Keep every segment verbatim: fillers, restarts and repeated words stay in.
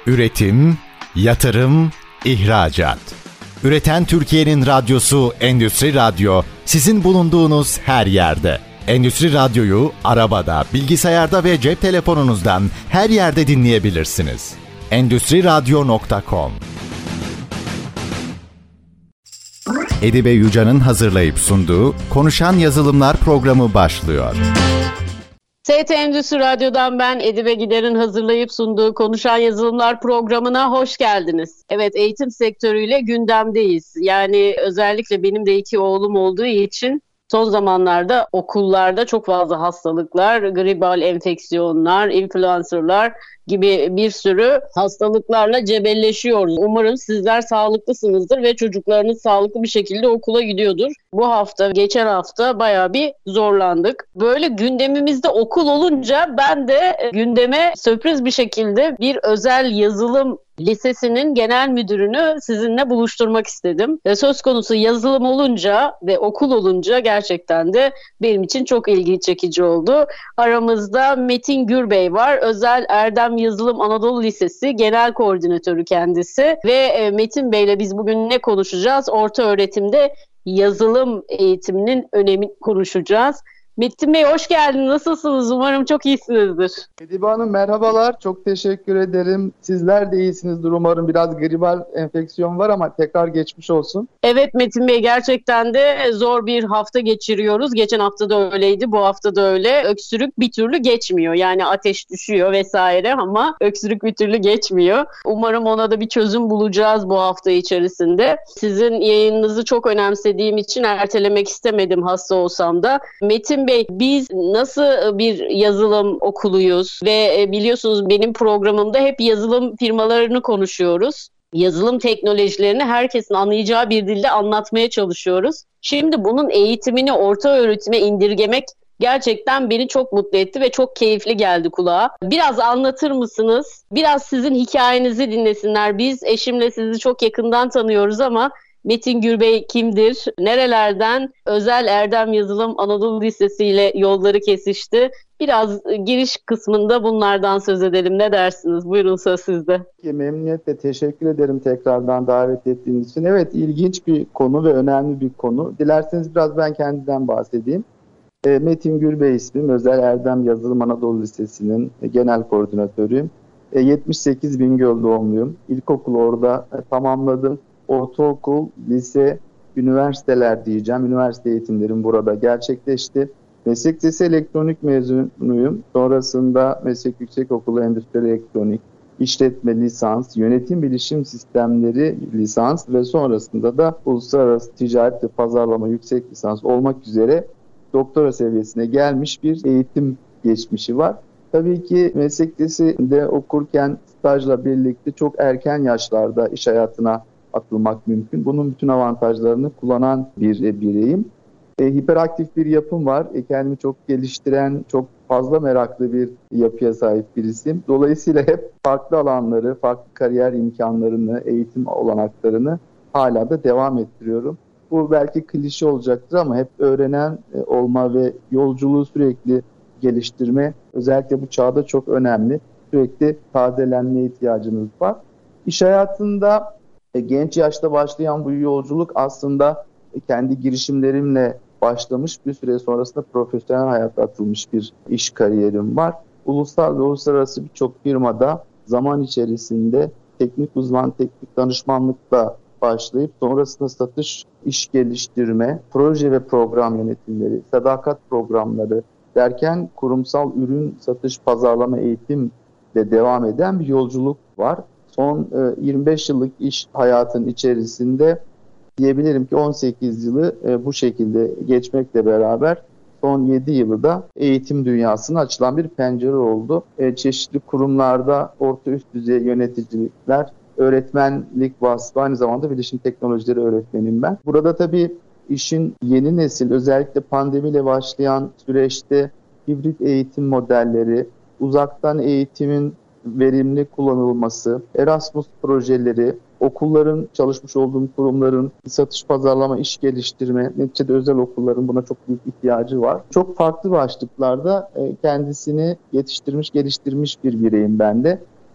Üretim, yatırım, ihracat. Üreten Türkiye'nin radyosu Endüstri Radyo, sizin bulunduğunuz her yerde. Endüstri Radyo'yu arabada, bilgisayarda ve cep telefonunuzdan her yerde dinleyebilirsiniz. endüstri radyo nokta com. Edibe Yuca'nın hazırlayıp sunduğu Konuşan Yazılımlar programı başlıyor. S T Endüstri Radyo'dan ben Edibe Gider'in hazırlayıp sunduğu Konuşan Yazılımlar programına hoş geldiniz. Evet, eğitim sektörüyle gündemdeyiz. Yani özellikle benim de iki oğlum olduğu için son zamanlarda okullarda çok fazla hastalıklar, gribal enfeksiyonlar, influencerlar gibi bir sürü hastalıklarla cebelleşiyoruz. Umarım sizler sağlıklısınızdır ve çocuklarınız sağlıklı bir şekilde okula gidiyordur. Bu hafta, geçen hafta bayağı bir zorlandık. Böyle gündemimizde okul olunca ben de gündeme sürpriz bir şekilde bir özel yazılım lisesinin genel müdürünü sizinle buluşturmak istedim. Söz konusu yazılım olunca ve okul olunca gerçekten de benim için çok ilgi çekici oldu. Aramızda Metin Gürbey var. Özel Erdem Yazılım Anadolu Lisesi Genel Koordinatörü kendisi. Ve Metin Bey'le biz bugün ne konuşacağız? Orta öğretimde yazılım eğitiminin önemini konuşacağız. Metin Bey hoş geldiniz. Nasılsınız? Umarım çok iyisinizdir. Edibe Hanım merhabalar. Çok teşekkür ederim. Sizler de iyisinizdir umarım. Biraz gribal enfeksiyon var ama tekrar geçmiş olsun. Evet Metin Bey, gerçekten de zor bir hafta geçiriyoruz. Geçen hafta da öyleydi. Bu hafta da öyle. Öksürük bir türlü geçmiyor. Yani ateş düşüyor vesaire ama öksürük bir türlü geçmiyor. Umarım ona da bir çözüm bulacağız bu hafta içerisinde. Sizin yayınınızı çok önemsediğim için ertelemek istemedim hasta olsam da. Metin Bey, biz nasıl bir yazılım okuluyuz ve biliyorsunuz benim programımda hep yazılım firmalarını konuşuyoruz. Yazılım teknolojilerini herkesin anlayacağı bir dilde anlatmaya çalışıyoruz. Şimdi bunun eğitimini orta öğretime indirgemek gerçekten beni çok mutlu etti ve çok keyifli geldi kulağa. Biraz anlatır mısınız? Biraz sizin hikayenizi dinlesinler. Biz eşimle sizi çok yakından tanıyoruz ama Metin Gürbey kimdir? Nerelerden Özel Erdem Yazılım Anadolu Lisesi ile yolları kesişti? Biraz giriş kısmında bunlardan söz edelim. Ne dersiniz? Buyurun, söz sizde. Memnuniyetle teşekkür ederim tekrardan davet ettiğiniz için. Evet, ilginç bir konu ve önemli bir konu. Dilerseniz biraz ben kendimden bahsedeyim. Metin Gürbey ismim. Özel Erdem Yazılım Anadolu Lisesi'nin genel koordinatörüyüm. yetmiş sekiz Bingöl doğumluyum. İlkokulu orada tamamladım. Ortaokul, lise, üniversiteler diyeceğim. Üniversite eğitimlerim burada gerçekleşti. Meslek lisesi elektronik mezunuyum. Sonrasında Meslek Yüksekokulu Endüstri Elektronik, işletme lisans, yönetim bilişim sistemleri lisans ve sonrasında da uluslararası ticaret ve pazarlama yüksek lisans olmak üzere doktora seviyesine gelmiş bir eğitim geçmişi var. Tabii ki meslek lisesinde okurken stajla birlikte çok erken yaşlarda iş hayatına atılmak mümkün. Bunun bütün avantajlarını kullanan bir bireyim. E, hiperaktif bir yapım var. E, kendimi çok geliştiren, çok fazla meraklı bir yapıya sahip birisiyim. Dolayısıyla hep farklı alanları, farklı kariyer imkanlarını, eğitim olanaklarını hala da devam ettiriyorum. Bu belki klişe olacaktır ama hep öğrenen e, olma ve yolculuğu sürekli geliştirme özellikle bu çağda çok önemli. Sürekli tazelenmeye ihtiyacımız var. İş hayatında genç yaşta başlayan bu yolculuk aslında kendi girişimlerimle başlamış, bir süre sonrasında profesyonel hayata atılmış bir iş kariyerim var. Ulusal ve uluslararası birçok firmada zaman içerisinde teknik uzman, teknik danışmanlıkla başlayıp sonrasında satış, iş geliştirme, proje ve program yönetimleri, sadakat programları derken kurumsal ürün satış, pazarlama, eğitimle devam eden bir yolculuk var. Son yirmi beş yıllık iş hayatının içerisinde diyebilirim ki on sekiz yılı bu şekilde geçmekle beraber son yedi yılı da eğitim dünyasına açılan bir pencere oldu. Çeşitli kurumlarda orta üst düzey yöneticilikler, öğretmenlik vasfı, aynı zamanda bilişim teknolojileri öğretmeniyim ben. Burada tabii işin yeni nesil, özellikle pandemiyle başlayan süreçte hibrit eğitim modelleri, uzaktan eğitimin verimli kullanılması, Erasmus projeleri, okulların, çalışmış olduğum kurumların satış, pazarlama, iş geliştirme, neticede özel okulların buna çok büyük ihtiyacı var. Çok farklı başlıklarda kendisini yetiştirmiş, geliştirmiş bir bireyim ben de.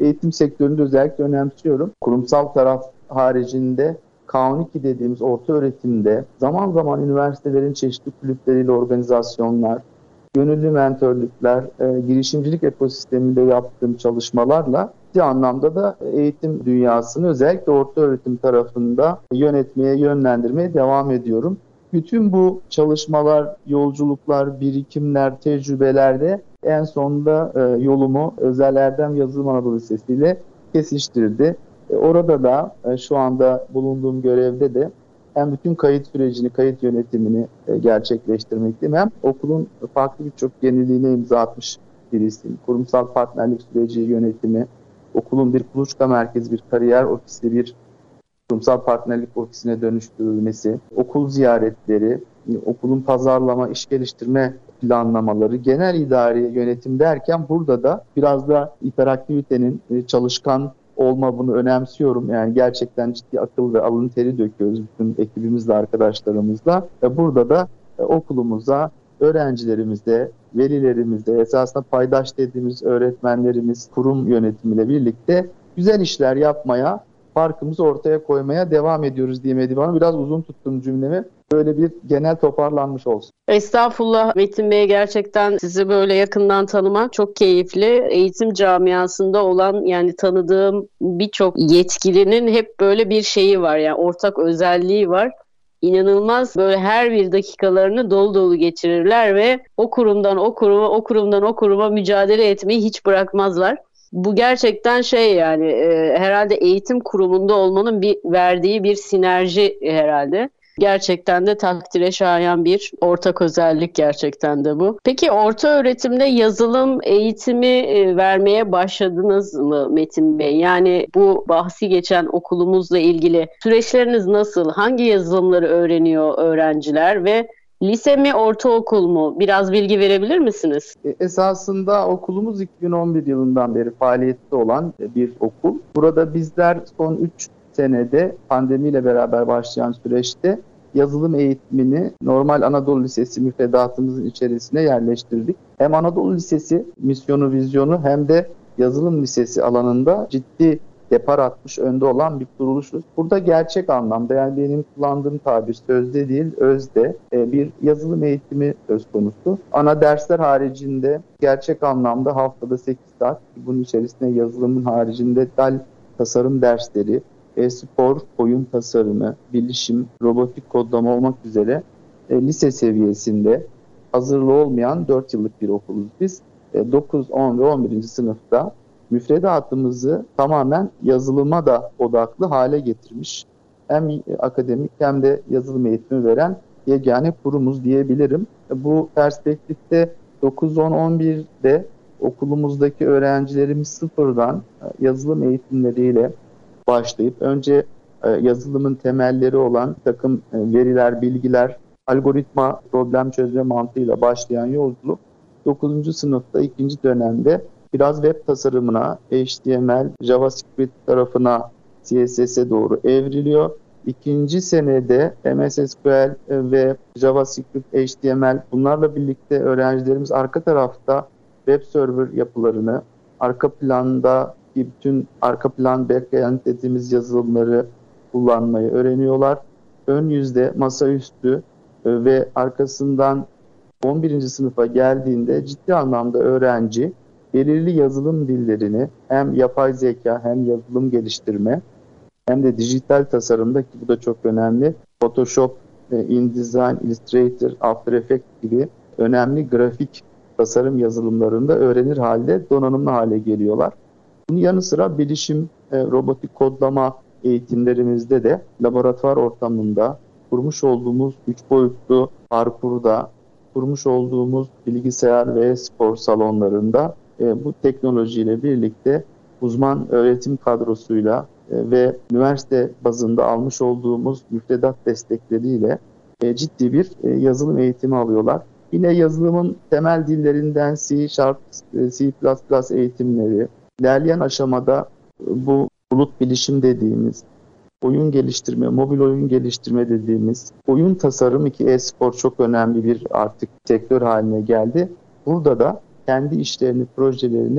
eğitim sektöründe özellikle önemsiyorum. Kurumsal taraf haricinde K on iki dediğimiz orta öğretimde zaman zaman üniversitelerin çeşitli kulüpleriyle organizasyonlar, gönüllü mentörlükler, e, girişimcilik ekosisteminde yaptığım çalışmalarla bir anlamda da eğitim dünyasını özellikle orta öğretim tarafında yönetmeye, yönlendirmeye devam ediyorum. Bütün bu çalışmalar, yolculuklar, birikimler, tecrübelerde en sonunda e, yolumu Özel Erdem Yazılım Anadolu Lisesi ile kesiştirdi. E, orada da e, şu anda bulunduğum görevde de hem bütün kayıt sürecini, kayıt yönetimini e, gerçekleştirmekteyim, hem okulun farklı birçok yeniliğine imza atmış birisiyim. Kurumsal partnerlik süreci yönetimi, okulun bir kuluçka merkezi, bir kariyer ofisi, bir kurumsal partnerlik ofisine dönüştürülmesi, okul ziyaretleri, okulun pazarlama, iş geliştirme planlamaları, genel idari yönetim derken burada da biraz da hiperaktivitenin, çalışkan olma, bunu önemsiyorum. Yani gerçekten ciddi akıl ve alın teri döküyoruz bütün ekibimizle, arkadaşlarımızla. Burada da okulumuza, öğrencilerimizle, velilerimizle, esasında paydaş dediğimiz öğretmenlerimiz, kurum yönetimiyle birlikte güzel işler yapmaya, farkımızı ortaya koymaya devam ediyoruz diyeyim. Bana biraz uzun tuttum cümlemi. Böyle bir genel toparlanmış olsun. Estağfurullah Metin Bey, gerçekten sizi böyle yakından tanımak çok keyifli. Eğitim camiasında olan, yani tanıdığım birçok yetkilinin hep böyle bir şeyi var, yani ortak özelliği var. İnanılmaz, böyle her bir dakikalarını dolu dolu geçirirler ve o kurumdan o kuruma, o kurumdan o kuruma mücadele etmeyi hiç bırakmazlar. Bu gerçekten şey, yani e, herhalde eğitim kurumunda olmanın bir verdiği bir sinerji herhalde. Gerçekten de takdire şayan bir ortak özellik gerçekten de bu. Peki orta öğretimde yazılım eğitimi e, vermeye başladınız mı Metin Bey? Yani bu bahsi geçen okulumuzla ilgili süreçleriniz nasıl? Hangi yazılımları öğreniyor öğrenciler ve lise mi, ortaokul mu? Biraz bilgi verebilir misiniz? Esasında okulumuz iki bin on bir yılından beri faaliyette olan bir okul. Burada bizler son üç senede pandemiyle beraber başlayan süreçte yazılım eğitimini normal Anadolu Lisesi müfredatımızın içerisine yerleştirdik. Hem Anadolu Lisesi misyonu, vizyonu hem de yazılım lisesi alanında ciddi depar atmış, önde olan bir kuruluşuz. Burada gerçek anlamda, yani benim kullandığım tabir sözde değil, özde bir yazılım eğitimi söz konusu. Ana dersler haricinde gerçek anlamda haftada sekiz saat, bunun içerisinde yazılımın haricinde dal tasarım dersleri, e-spor, oyun tasarımı, bilişim, robotik kodlama olmak üzere e, lise seviyesinde hazırlığı olmayan dört yıllık bir okuluz biz. E, dokuz, on ve on birinci sınıfta müfredatımızı tamamen yazılıma da odaklı hale getirmiş, hem akademik hem de yazılım eğitimi veren yegane kurumuz diyebilirim. E, bu perspektifte dokuz, on, on birde okulumuzdaki öğrencilerimiz sıfırdan e, yazılım eğitimleriyle başlayıp önce e, yazılımın temelleri olan takım e, veriler, bilgiler, algoritma, problem çözme mantığıyla başlayan yolculuk dokuzuncu sınıfta ikinci dönemde biraz web tasarımına, H T M L, JavaScript tarafına, C S S'e doğru evriliyor. İkinci senede M S S Q L ve JavaScript, H T M L, bunlarla birlikte öğrencilerimiz arka tarafta web server yapılarını, arka planda bütün arka plan backend dediğimiz yazılımları kullanmayı öğreniyorlar. Ön yüzde, masaüstü ve arkasından on birinci sınıfa geldiğinde ciddi anlamda öğrenci belirli yazılım dillerini hem yapay zeka hem yazılım geliştirme hem de dijital tasarımda, ki bu da çok önemli, Photoshop, InDesign, Illustrator, After Effects gibi önemli grafik tasarım yazılımlarında öğrenir halde, donanımlı hale geliyorlar. Bunun yanı sıra bilişim, robotik kodlama eğitimlerimizde de laboratuvar ortamında kurmuş olduğumuz üç boyutlu parkurda, kurmuş olduğumuz bilgisayar ve spor salonlarında e, bu teknolojiyle birlikte uzman öğretim kadrosuyla e, ve üniversite bazında almış olduğumuz müfredat destekleriyle e, ciddi bir e, yazılım eğitimi alıyorlar. Yine yazılımın temel dillerinden C Sharp, C plus plus eğitimleri, ilerleyen aşamada bu bulut bilişim dediğimiz, oyun geliştirme, mobil oyun geliştirme dediğimiz, oyun tasarımı, ki e-spor çok önemli bir artık sektör haline geldi. Burada da kendi işlerini, projelerini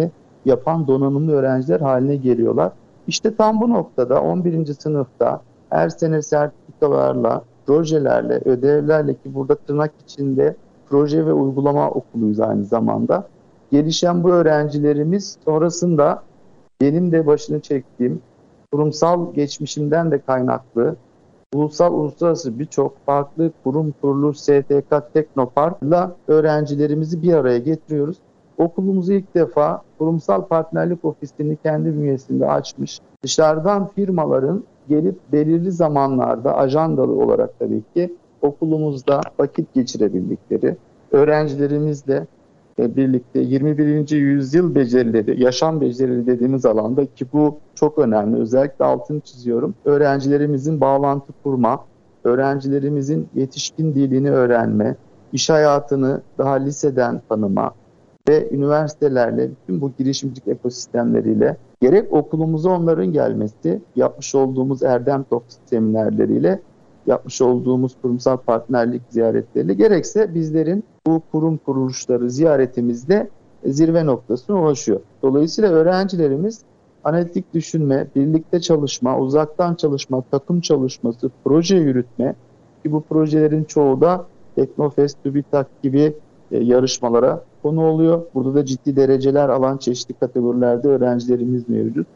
yapan donanımlı öğrenciler haline geliyorlar. İşte tam bu noktada on birinci sınıfta her sene sertifikalarla, projelerle, ödevlerle ki burada tırnak içinde proje ve uygulama okuluyuz aynı zamanda. Gelişen bu öğrencilerimiz sonrasında benim de başını çektiğim kurumsal geçmişimden de kaynaklı ulusal uluslararası birçok farklı kurum kuruluş, S T K, Teknopark'la öğrencilerimizi bir araya getiriyoruz. Okulumuzu ilk defa kurumsal partnerlik ofisini kendi bünyesinde açmış. Dışarıdan firmaların gelip belirli zamanlarda ajandalı olarak tabii ki okulumuzda vakit geçirebildikleri, öğrencilerimizle birlikte yirmi birinci yüzyıl becerileri, yaşam becerileri dediğimiz alanda ki bu çok önemli. Özellikle altını çiziyorum. Öğrencilerimizin bağlantı kurma, öğrencilerimizin yetişkin dilini öğrenme, iş hayatını daha liseden tanıma ve üniversitelerle bütün bu girişimcilik ekosistemleriyle gerek okulumuza onların gelmesi, yapmış olduğumuz Erdem Talk seminerleriyle, yapmış olduğumuz kurumsal partnerlik ziyaretleriyle gerekse bizlerin bu kurum kuruluşları ziyaretimizde zirve noktasına ulaşıyor. Dolayısıyla öğrencilerimiz analitik düşünme, birlikte çalışma, uzaktan çalışma, takım çalışması, proje yürütme ki bu projelerin çoğu da Teknofest, TÜBİTAK gibi yarışmalara konu oluyor. Burada da ciddi dereceler alan çeşitli kategorilerde öğrencilerimiz mevcut.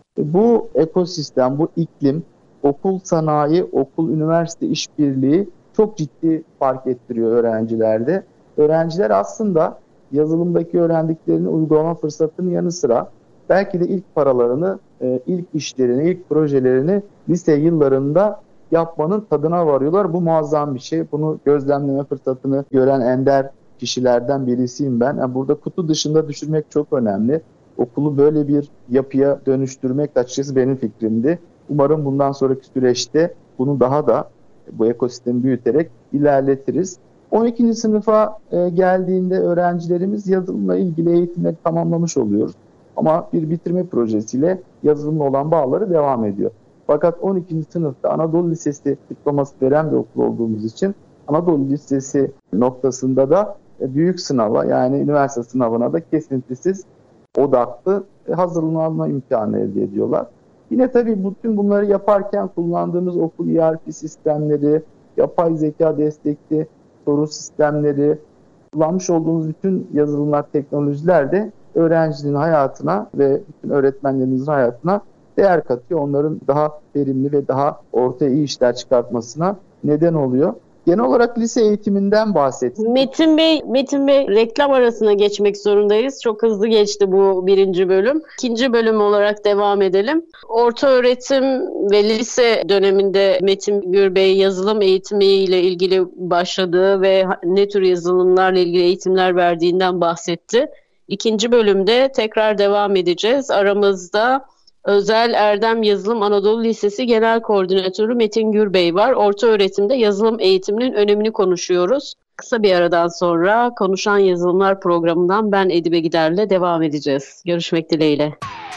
Bu ekosistem, bu iklim, okul sanayi, okul üniversite işbirliği çok ciddi fark ettiriyor öğrencilerde. Öğrenciler aslında yazılımdaki öğrendiklerini uygulama fırsatının yanı sıra belki de ilk paralarını, ilk işlerini, ilk projelerini lise yıllarında yapmanın tadına varıyorlar. Bu muazzam bir şey. Bunu gözlemleme fırsatını gören ender kişilerden birisiyim ben. Yani burada kutu dışında düşürmek çok önemli. Okulu böyle bir yapıya dönüştürmek açıkçası benim fikrimdi. Umarım bundan sonraki süreçte bunu daha da bu ekosistemi büyüterek ilerletiriz. on ikinci sınıfa geldiğinde öğrencilerimiz yazılımla ilgili eğitimleri tamamlamış oluyoruz. Ama bir bitirme projesiyle yazılımla olan bağları devam ediyor. Fakat on ikinci sınıfta Anadolu Lisesi diploması veren bir okul olduğumuz için Anadolu Lisesi noktasında da büyük sınava yani üniversite sınavına da kesintisiz odaklı hazırlanma imkanı elde ediyorlar. Yine tabii bütün bunları yaparken kullandığımız okul E R P sistemleri, yapay zeka destekli soru sistemleri, kullanmış olduğumuz bütün yazılımlar, teknolojiler de öğrencinin hayatına ve bütün öğretmenlerimizin hayatına değer katıyor. Onların daha verimli ve daha ortaya iyi işler çıkartmasına neden oluyor. Genel olarak lise eğitiminden bahsettik. Metin Bey, Metin Bey reklam arasına geçmek zorundayız. Çok hızlı geçti bu birinci bölüm. İkinci bölüm olarak devam edelim. Orta öğretim ve lise döneminde Metin Gürbey yazılım eğitimiyle ilgili başladığı ve ne tür yazılımlarla ilgili eğitimler verdiğinden bahsetti. İkinci bölümde tekrar devam edeceğiz. Aramızda Özel Erdem Yazılım Anadolu Lisesi Genel Koordinatörü Metin Gürbey var. Orta öğretimde yazılım eğitiminin önemini konuşuyoruz. Kısa bir aradan sonra Konuşan Yazılımlar programından ben Edibe Gider'le devam edeceğiz. Görüşmek dileğiyle.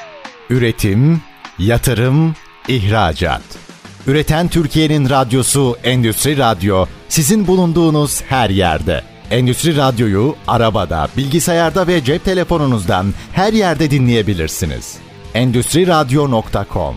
Üretim, yatırım, ihracat. Üreten Türkiye'nin radyosu Endüstri Radyo, sizin bulunduğunuz her yerde. Endüstri Radyo'yu arabada, bilgisayarda ve cep telefonunuzdan her yerde dinleyebilirsiniz. endüstri radyo nokta com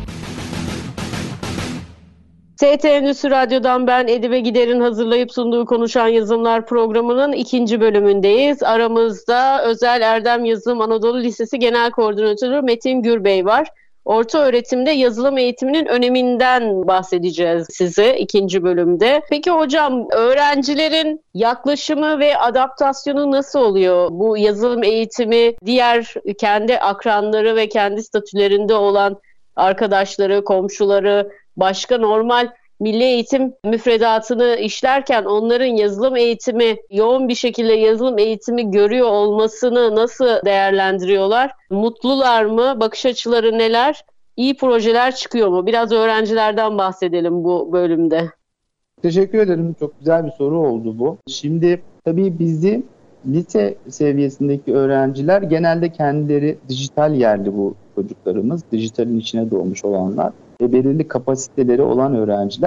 S T Endüstri Radyo'dan ben Edibe Gider'in hazırlayıp sunduğu Konuşan Yazılımlar programının ikinci bölümündeyiz. Aramızda Özel Erdem Yazılım Anadolu Lisesi Genel Koordinatörü Metin Gürbey var. Orta öğretimde yazılım eğitiminin öneminden bahsedeceğiz size ikinci bölümde. Peki hocam, öğrencilerin yaklaşımı ve adaptasyonu nasıl oluyor? Bu yazılım eğitimi diğer kendi akranları ve kendi statülerinde olan arkadaşları, komşuları, başka normal milli eğitim müfredatını işlerken onların yazılım eğitimi, yoğun bir şekilde yazılım eğitimi görüyor olmasını nasıl değerlendiriyorlar? Mutlular mı? Bakış açıları neler? İyi projeler çıkıyor mu? Biraz öğrencilerden bahsedelim bu bölümde. Teşekkür ederim. Çok güzel bir soru oldu bu. Şimdi tabii bizi lise seviyesindeki öğrenciler genelde kendileri dijital yerli bu çocuklarımız. Dijitalin içine doğmuş olanlar ve belirli kapasiteleri olan öğrenciler.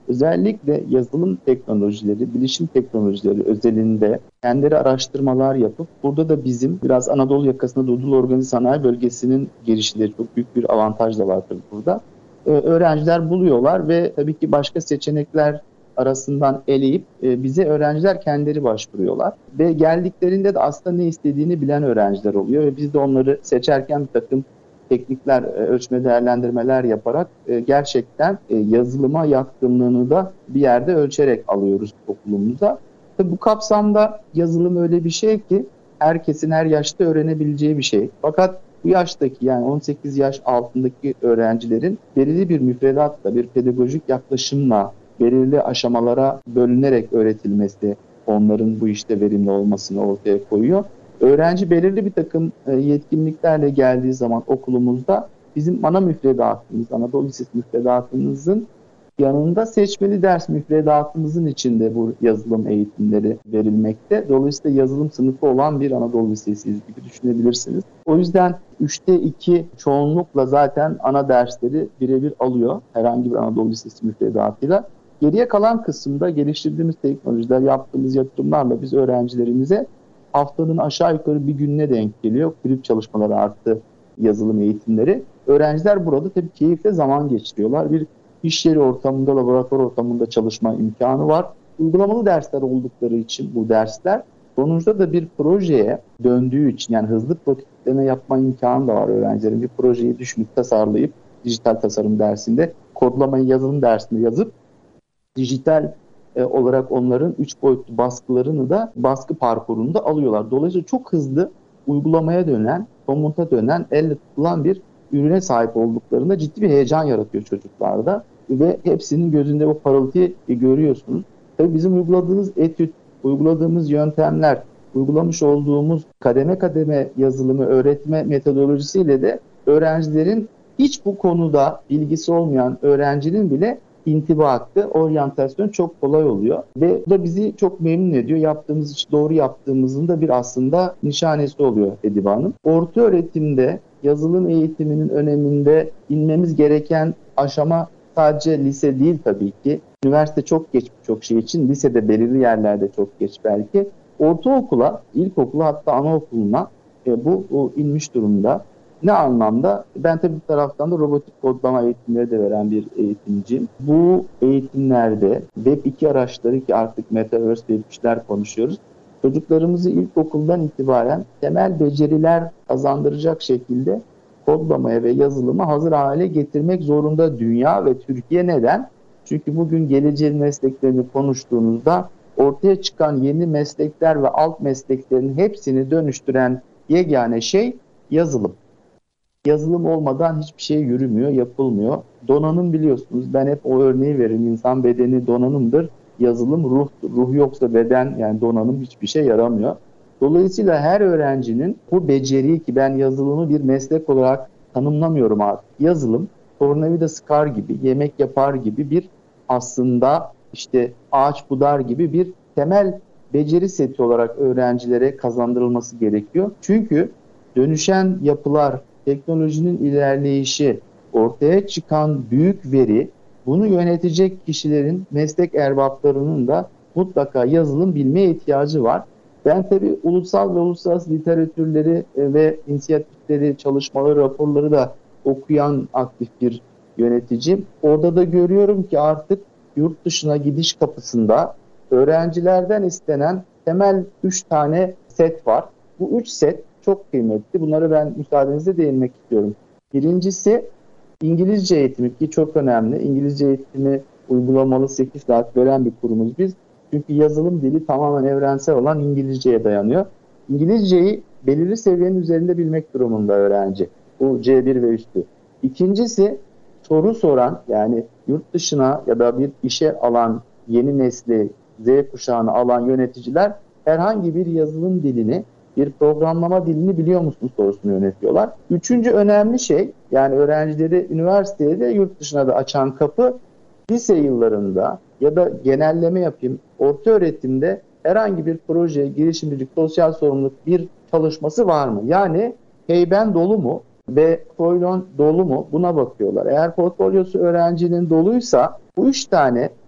özellikle yazılım teknolojileri, bilişim teknolojileri özelinde kendileri araştırmalar yapıp burada da bizim biraz Anadolu yakasında Dodul Organize Sanayi Bölgesi'nin girişleri çok büyük bir avantaj da var tabii burada. Ee, öğrenciler buluyorlar ve tabii ki başka seçenekler arasından eleyip e, bize öğrenciler kendileri başvuruyorlar. Ve geldiklerinde de aslında ne istediğini bilen öğrenciler oluyor ve biz de onları seçerken bir takım teknikler, ölçme değerlendirmeler yaparak gerçekten yazılıma yatkınlığını da bir yerde ölçerek alıyoruz okulumuza. Tabii bu kapsamda yazılım öyle bir şey ki herkesin her yaşta öğrenebileceği bir şey. Fakat bu yaştaki yani on sekiz yaş altındaki öğrencilerin belirli bir müfredatla, bir pedagojik yaklaşımla, belirli aşamalara bölünerek öğretilmesi onların bu işte verimli olmasını ortaya koyuyor. Öğrenci belirli bir takım yetkinliklerle geldiği zaman okulumuzda bizim ana müfredatımız, Anadolu Lisesi müfredatımızın yanında seçmeli ders müfredatımızın içinde bu yazılım eğitimleri verilmekte. Dolayısıyla yazılım sınıfı olan bir Anadolu Lisesi'yiz gibi düşünebilirsiniz. O yüzden üçte iki çoğunlukla zaten ana dersleri birebir alıyor herhangi bir Anadolu Lisesi müfredatıyla. Geriye kalan kısımda geliştirdiğimiz teknolojiler, yaptığımız yatırımlarla biz öğrencilerimize haftanın aşağı yukarı bir gününe denk geliyor. Kulüp çalışmaları artı yazılım eğitimleri. Öğrenciler burada tabii keyifle zaman geçiriyorlar. Bir iş yeri ortamında, laboratuvar ortamında çalışma imkanı var. Uygulamalı dersler oldukları için bu dersler sonuçta da bir projeye döndüğü için yani hızlı prototipleme yapma imkanı da var öğrencilerin. Bir projeyi düşünüp tasarlayıp dijital tasarım dersinde, kodlamayı yazılım dersinde yazıp dijital e, olarak onların üç boyutlu baskılarını da baskı parkurunu da alıyorlar. Dolayısıyla çok hızlı uygulamaya dönen, somuta dönen, elle tutulan bir ürüne sahip olduklarında ciddi bir heyecan yaratıyor çocuklarda. Ve hepsinin gözünde bu parıltıyı görüyorsunuz. Tabii bizim uyguladığımız etüt, uyguladığımız yöntemler, uygulamış olduğumuz kademe kademe yazılımı öğretme metodolojisiyle de öğrencilerin hiç bu konuda bilgisi olmayan öğrencinin bile intibakı, oryantasyon çok kolay oluyor. Ve bu da bizi çok memnun ediyor. Yaptığımız iş doğru yaptığımızın da bir aslında nişanesi oluyor Edibe Hanım. Orta öğretimde yazılım eğitiminin öneminde inmemiz gereken aşama sadece lise değil tabii ki. Üniversite çok geç birçok şey için. Lisede belirli yerlerde çok geç belki. Ortaokula, ilkokula hatta anaokuluna e, bu, bu inmiş durumda. Ne anlamda? Ben tabii bir taraftan da robotik kodlama eğitimleri de veren bir eğitimciyim. Bu eğitimlerde Web iki araçları ki artık Metaverse Web üçler konuşuyoruz. Çocuklarımızı ilkokuldan itibaren temel beceriler kazandıracak şekilde kodlamaya ve yazılıma hazır hale getirmek zorunda dünya ve Türkiye. Neden? Çünkü bugün geleceğin mesleklerini konuştuğunuzda ortaya çıkan yeni meslekler ve alt mesleklerin hepsini dönüştüren yegane şey yazılım. Yazılım olmadan hiçbir şey yürümüyor, yapılmıyor. Donanım biliyorsunuz, ben hep o örneği veririm. İnsan bedeni donanımdır, yazılım ruh, ruh yoksa beden yani donanım hiçbir şey yaramıyor. Dolayısıyla her öğrencinin bu beceriyi ki ben yazılımı bir meslek olarak tanımlamıyorum artık. Yazılım, tornavida sıkar gibi, yemek yapar gibi bir aslında işte ağaç budar gibi bir temel beceri seti olarak öğrencilere kazandırılması gerekiyor. Çünkü dönüşen yapılar, teknolojinin ilerleyişi, ortaya çıkan büyük veri, bunu yönetecek kişilerin, meslek erbaplarının da mutlaka yazılım bilmeye ihtiyacı var. Ben tabii ulusal ve uluslararası literatürleri ve inisiyatifleri, çalışmaları, raporları da okuyan aktif bir yöneticiyim. Orada da görüyorum ki artık yurt dışına gidiş kapısında öğrencilerden istenen temel üç tane set var. Bu üç set çok kıymetli. Bunları ben müsaadenizle değinmek istiyorum. Birincisi İngilizce eğitimi ki çok önemli. İngilizce eğitimi uygulamalı sekiz saat veren bir kurumuz biz. Çünkü yazılım dili tamamen evrensel olan İngilizceye dayanıyor. İngilizceyi belirli seviyenin üzerinde bilmek durumunda öğrenci. Bu C bir ve üstü. İkincisi soru soran yani yurt dışına ya da bir işe alan yeni nesli Z kuşağını alan yöneticiler herhangi bir yazılım dilini, bir programlama dilini biliyor musun sorusunu yönetiyorlar. Üçüncü önemli şey yani öğrencileri üniversiteye de yurt dışına da açan kapı lise yıllarında ya da genelleme yapayım orta öğretimde herhangi bir proje, girişimcilik, sosyal sorumluluk bir çalışması var mı? Yani heyben dolu mu ve portfolyon dolu mu? Buna bakıyorlar. Eğer portfolyosu öğrencinin doluysa bu üç tane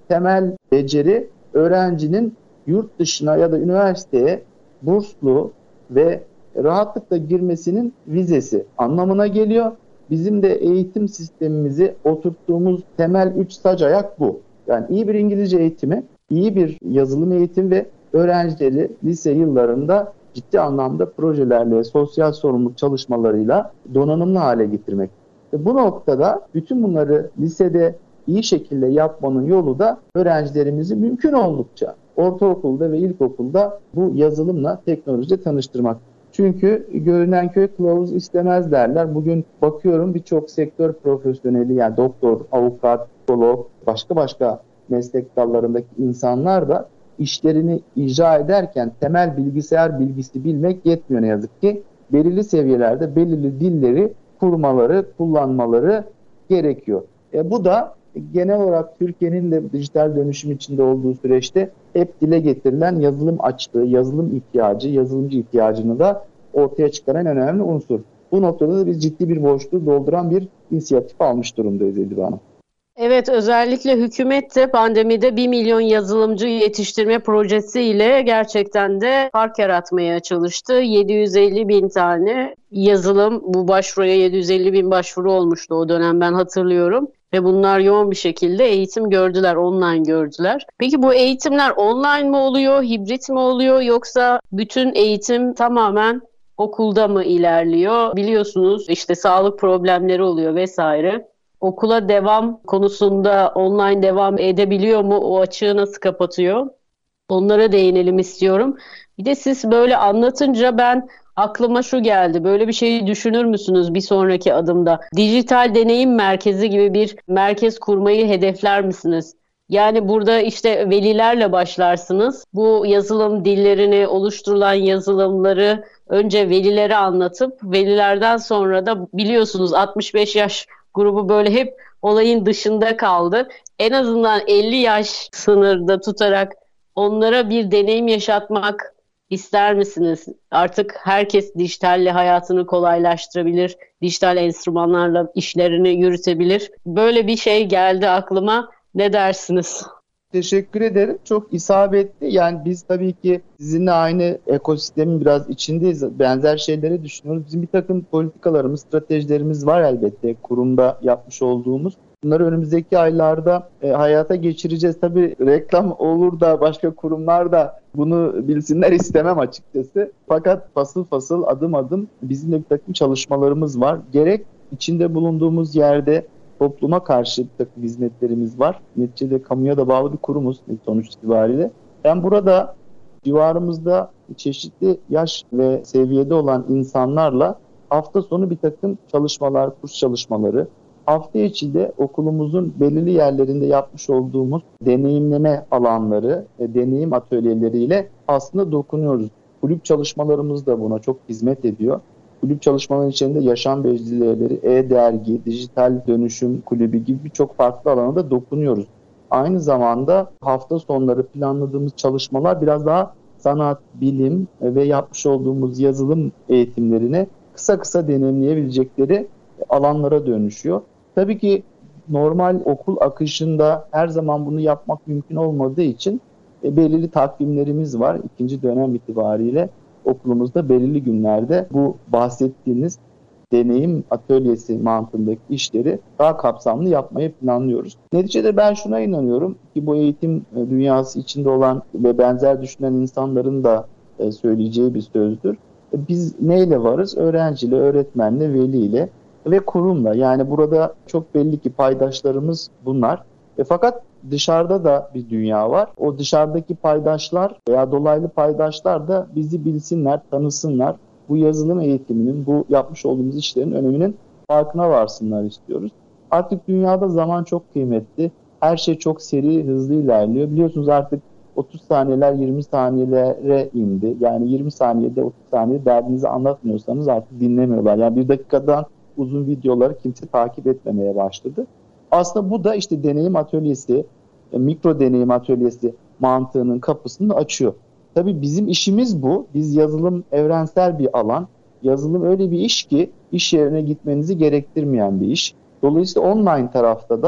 temel beceri öğrencinin yurt dışına ya da üniversiteye burslu ve rahatlıkla girmesinin vizesi anlamına geliyor. Bizim de eğitim sistemimizi oturttuğumuz temel üç sac ayak bu. Yani iyi bir İngilizce eğitimi, iyi bir yazılım eğitimi ve öğrencileri lise yıllarında ciddi anlamda projelerle, sosyal sorumluluk çalışmalarıyla donanımlı hale getirmek. Ve bu noktada bütün bunları lisede iyi şekilde yapmanın yolu da öğrencilerimizi mümkün oldukça ortaokulda ve ilkokulda bu yazılımla, teknolojiyle tanıştırmak. Çünkü görünen köy kılavuz istemez derler. Bugün bakıyorum birçok sektör profesyoneli, yani doktor, avukat, psikolog, başka başka meslek dallarındaki insanlar da işlerini icra ederken temel bilgisayar bilgisi bilmek yetmiyor ne yazık ki. Belirli seviyelerde belirli dilleri kurmaları, kullanmaları gerekiyor. E bu da genel olarak Türkiye'nin de dijital dönüşüm içinde olduğu süreçte hep dile getirilen yazılım açlığı, yazılım ihtiyacı, yazılımcı ihtiyacını da ortaya çıkaran önemli unsur. Bu noktada da biz ciddi bir boşluğu dolduran bir inisiyatif almış durumdayız Edibe Hanım. Evet, özellikle hükümet de pandemide bir milyon yazılımcı yetiştirme projesiyle gerçekten de fark yaratmaya çalıştı. yedi yüz elli bin tane yazılım, bu başvuruya yedi yüz elli bin başvuru olmuştu o dönem, ben hatırlıyorum. Ve bunlar yoğun bir şekilde eğitim gördüler, online gördüler. Peki bu eğitimler online mi oluyor, hibrit mi oluyor, yoksa bütün eğitim tamamen okulda mı ilerliyor? Biliyorsunuz işte sağlık problemleri oluyor vesaire. Okula devam konusunda online devam edebiliyor mu? O açığı nasıl kapatıyor? Onlara değinelim istiyorum. Bir de siz böyle anlatınca ben aklıma şu geldi. Böyle bir şeyi düşünür müsünüz bir sonraki adımda? Dijital deneyim merkezi gibi bir merkez kurmayı hedefler misiniz? Yani burada işte velilerle başlarsınız. Bu yazılım dillerini, oluşturulan yazılımları önce velilere anlatıp velilerden sonra da biliyorsunuz altmış beş yaş grubu böyle hep olayın dışında kaldı. En azından elli yaş sınırda tutarak onlara bir deneyim yaşatmak ister misiniz? Artık herkes dijitalle hayatını kolaylaştırabilir, dijital enstrümanlarla işlerini yürütebilir. Böyle bir şey geldi aklıma. Ne dersiniz? Teşekkür ederim. Çok isabetli. Yani biz tabii ki sizinle aynı ekosistemin biraz içindeyiz. Benzer şeyleri düşünüyoruz. Bizim bir takım politikalarımız, stratejilerimiz var elbette kurumda yapmış olduğumuz. Bunları önümüzdeki aylarda e, hayata geçireceğiz. Tabii reklam olur da başka kurumlar da bunu bilsinler istemem açıkçası. Fakat fasıl fasıl, adım adım bizim de bir takım çalışmalarımız var. Gerek içinde bulunduğumuz yerde topluma karşı bir takım hizmetlerimiz var. Neticede kamuya da bağlı bir kurumuz sonuç itibariyle. Ben burada civarımızda çeşitli yaş ve seviyede olan insanlarla hafta sonu bir takım çalışmalar, kurs çalışmaları, hafta içi de okulumuzun belirli yerlerinde yapmış olduğumuz deneyimleme alanları, deneyim atölyeleriyle aslında dokunuyoruz. Kulüp çalışmalarımız da buna çok hizmet ediyor. Kulüp çalışmalarının içinde yaşam becerileri, e-dergi, dijital dönüşüm kulübü gibi birçok farklı alana da dokunuyoruz. Aynı zamanda hafta sonları planladığımız çalışmalar biraz daha sanat, bilim ve yapmış olduğumuz yazılım eğitimlerine kısa kısa deneyimleyebilecekleri alanlara dönüşüyor. Tabii ki normal okul akışında her zaman bunu yapmak mümkün olmadığı için e, belirli takvimlerimiz var. İkinci dönem itibariyle okulumuzda belirli günlerde bu bahsettiğiniz deneyim atölyesi mantığındaki işleri daha kapsamlı yapmayı planlıyoruz. Neticede ben şuna inanıyorum ki bu eğitim dünyası içinde olan ve benzer düşünen insanların da söyleyeceği bir sözdür. Biz neyle varız? Öğrenciyle, öğretmenle, veliyle ve kurumla. Yani burada çok belli ki paydaşlarımız bunlar. E fakat dışarıda da bir dünya var. O dışarıdaki paydaşlar veya dolaylı paydaşlar da bizi bilsinler, tanısınlar. Bu yazılım eğitiminin, bu yapmış olduğumuz işlerin öneminin farkına varsınlar istiyoruz. Artık dünyada zaman çok kıymetli. Her şey çok seri, hızlı ilerliyor. Biliyorsunuz artık otuz saniyeler yirmi saniyelere indi. Yani yirmi saniyede otuz saniye derdinizi anlatmıyorsanız artık dinlemiyorlar. Yani bir dakikadan uzun videoları kimse takip etmemeye başladı. Aslında bu da işte deneyim atölyesi, mikro deneyim atölyesi mantığının kapısını açıyor. Tabii bizim işimiz bu. Biz yazılım evrensel bir alan. Yazılım öyle bir iş ki iş yerine gitmenizi gerektirmeyen bir iş. Dolayısıyla online tarafta da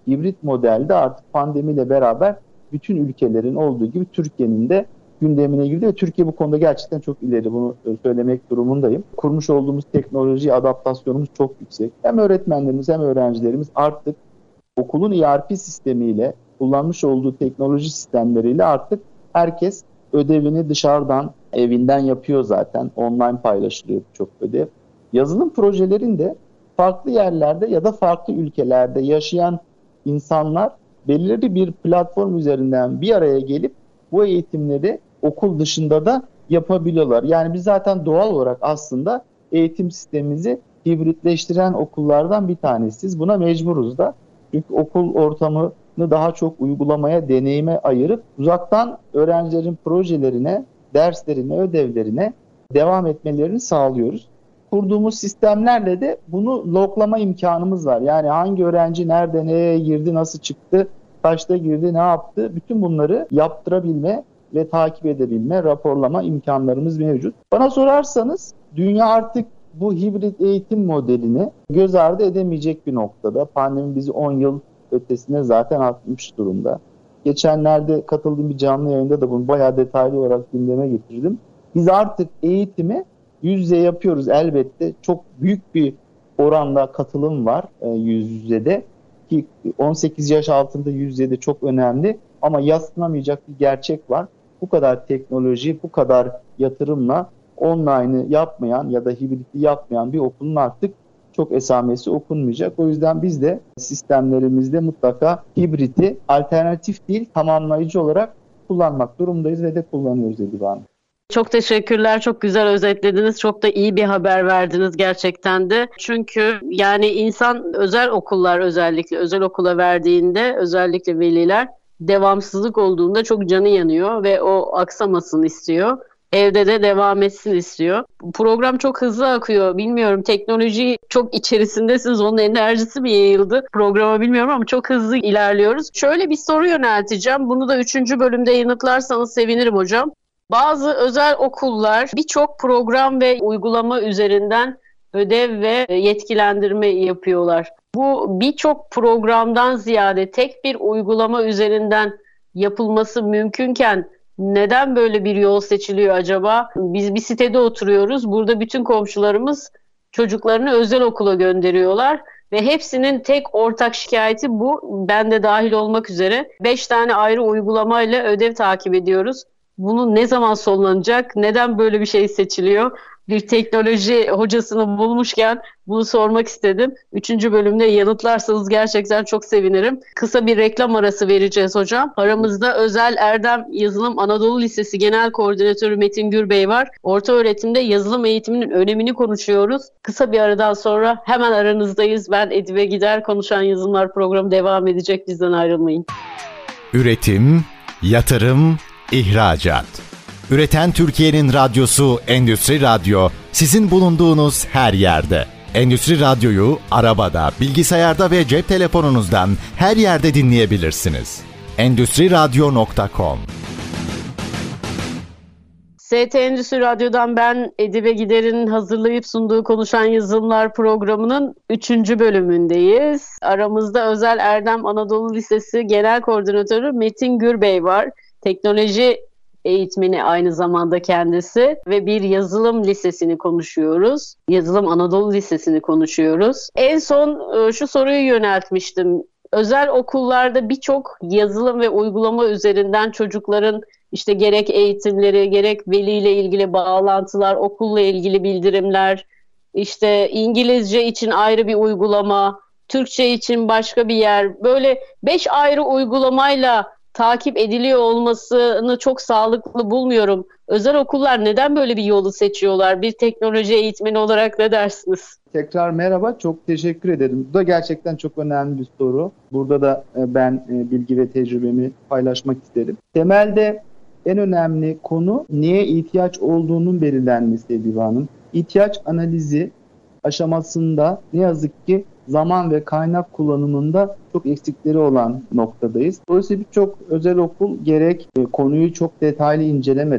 hibrit modelde artık pandemiyle beraber bütün ülkelerin olduğu gibi Türkiye'nin de gündemine girdi ve Türkiye bu konuda gerçekten çok ileri. Bunu söylemek durumundayım. Kurmuş olduğumuz teknoloji adaptasyonumuz çok yüksek. Hem öğretmenlerimiz hem öğrencilerimiz artık okulun E R P sistemiyle, kullanmış olduğu teknoloji sistemleriyle artık herkes ödevini dışarıdan, evinden yapıyor zaten. Online paylaşılıyor çok ödev. Yazılım projelerinde farklı yerlerde ya da farklı ülkelerde yaşayan insanlar belirli bir platform üzerinden bir araya gelip bu eğitimleri okul dışında da yapabiliyorlar. Yani biz zaten doğal olarak aslında eğitim sistemimizi hibritleştiren okullardan bir tanesiyiz. Buna mecburuz da. Çünkü okul ortamını daha çok uygulamaya, deneyime ayırıp uzaktan öğrencilerin projelerine, derslerine, ödevlerine devam etmelerini sağlıyoruz. Kurduğumuz sistemlerle de bunu loglama imkanımız var. Yani hangi öğrenci nerede, neye girdi, nasıl çıktı, kaçta girdi, ne yaptı, bütün bunları yaptırabilme ve takip edebilme, raporlama imkanlarımız mevcut. Bana sorarsanız dünya artık bu hibrit eğitim modelini göz ardı edemeyecek bir noktada. Pandemi bizi on yıl ötesine zaten atmış durumda. Geçenlerde katıldığım bir canlı yayında da bunu bayağı detaylı olarak gündeme getirdim. Biz artık eğitimi yüz yüze yapıyoruz elbette. Çok büyük bir oranda katılım var yüz yüzede. Ki on sekiz yaş altında yüz yüze de çok önemli. Ama yadsınamayacak bir gerçek var. Bu kadar teknoloji, bu kadar yatırımla online'ı yapmayan ya da hibriti yapmayan bir okulun artık çok esamesi okunmayacak. O yüzden biz de sistemlerimizde mutlaka hibriti alternatif değil, tamamlayıcı olarak kullanmak durumundayız ve de kullanıyoruz Edibe Hanım. Çok teşekkürler. Çok güzel özetlediniz. Çok da iyi bir haber verdiniz gerçekten de. Çünkü yani insan özel okullar özellikle özel okula verdiğinde özellikle veliler devamsızlık olduğunda çok canı yanıyor ve o aksamasını istiyor. Evde de devam etsin istiyor. Program çok hızlı akıyor. Bilmiyorum, teknoloji çok içerisindesiniz. Onun enerjisi mi yayıldı programa bilmiyorum ama çok hızlı ilerliyoruz. Şöyle bir soru yönelteceğim. Bunu da üçüncü bölümde yanıtlarsanız sevinirim hocam. Bazı özel okullar birçok program ve uygulama üzerinden ödev ve yetkilendirme yapıyorlar. Bu birçok programdan ziyade tek bir uygulama üzerinden yapılması mümkünken neden böyle bir yol seçiliyor acaba? Biz bir sitede oturuyoruz. Burada bütün komşularımız çocuklarını özel okula gönderiyorlar. Ve hepsinin tek ortak şikayeti bu. Ben de dahil olmak üzere. Beş tane ayrı uygulamayla ödev takip ediyoruz. Bunu ne zaman sonlanacak? Neden böyle bir şey seçiliyor? Bir teknoloji hocasını bulmuşken bunu sormak istedim. Üçüncü bölümde yanıtlarsanız gerçekten çok sevinirim. Kısa bir reklam arası vereceğiz hocam. Aramızda Özel Erdem Yazılım Anadolu Lisesi Genel Koordinatörü Metin Gürbey var. Orta öğretimde yazılım eğitiminin önemini konuşuyoruz. Kısa bir aradan sonra hemen aranızdayız. Ben Edibe Gider. Konuşan Yazılımlar programı devam edecek. Bizden ayrılmayın. Üretim, yatırım, ihracat. Üreten Türkiye'nin radyosu Endüstri Radyo, sizin bulunduğunuz her yerde. Endüstri Radyo'yu arabada, bilgisayarda ve cep telefonunuzdan her yerde dinleyebilirsiniz. endüstri radyo nokta com. S T Endüstri Radyo'dan ben Edibe Gider'in hazırlayıp sunduğu Konuşan Yazılımlar programının üçüncü bölümündeyiz. Aramızda Özel Erdem Anadolu Lisesi Genel Koordinatörü Metin Gürbey var. Teknoloji eğitmeni aynı zamanda kendisi ve bir yazılım lisesini konuşuyoruz. Yazılım Anadolu Lisesi'ni konuşuyoruz. En son şu soruyu yöneltmiştim. Özel okullarda birçok yazılım ve uygulama üzerinden çocukların işte gerek eğitimleri, gerek veliyle ilgili bağlantılar, okulla ilgili bildirimler, işte İngilizce için ayrı bir uygulama, Türkçe için başka bir yer, böyle beş ayrı uygulamayla takip ediliyor olmasını çok sağlıklı bulmuyorum. Özel okullar neden böyle bir yolu seçiyorlar? Bir teknoloji eğitmeni olarak ne dersiniz? Tekrar merhaba, çok teşekkür ederim. Bu da gerçekten çok önemli bir soru. Burada da ben bilgi ve tecrübemi paylaşmak isterim. Temelde en önemli konu neye ihtiyaç olduğunun belirlenmesi Edibe Hanım. İhtiyaç analizi aşamasında ne yazık ki zaman ve kaynak kullanımında çok eksikleri olan noktadayız. Dolayısıyla birçok özel okul gerek konuyu çok detaylı incelemeden,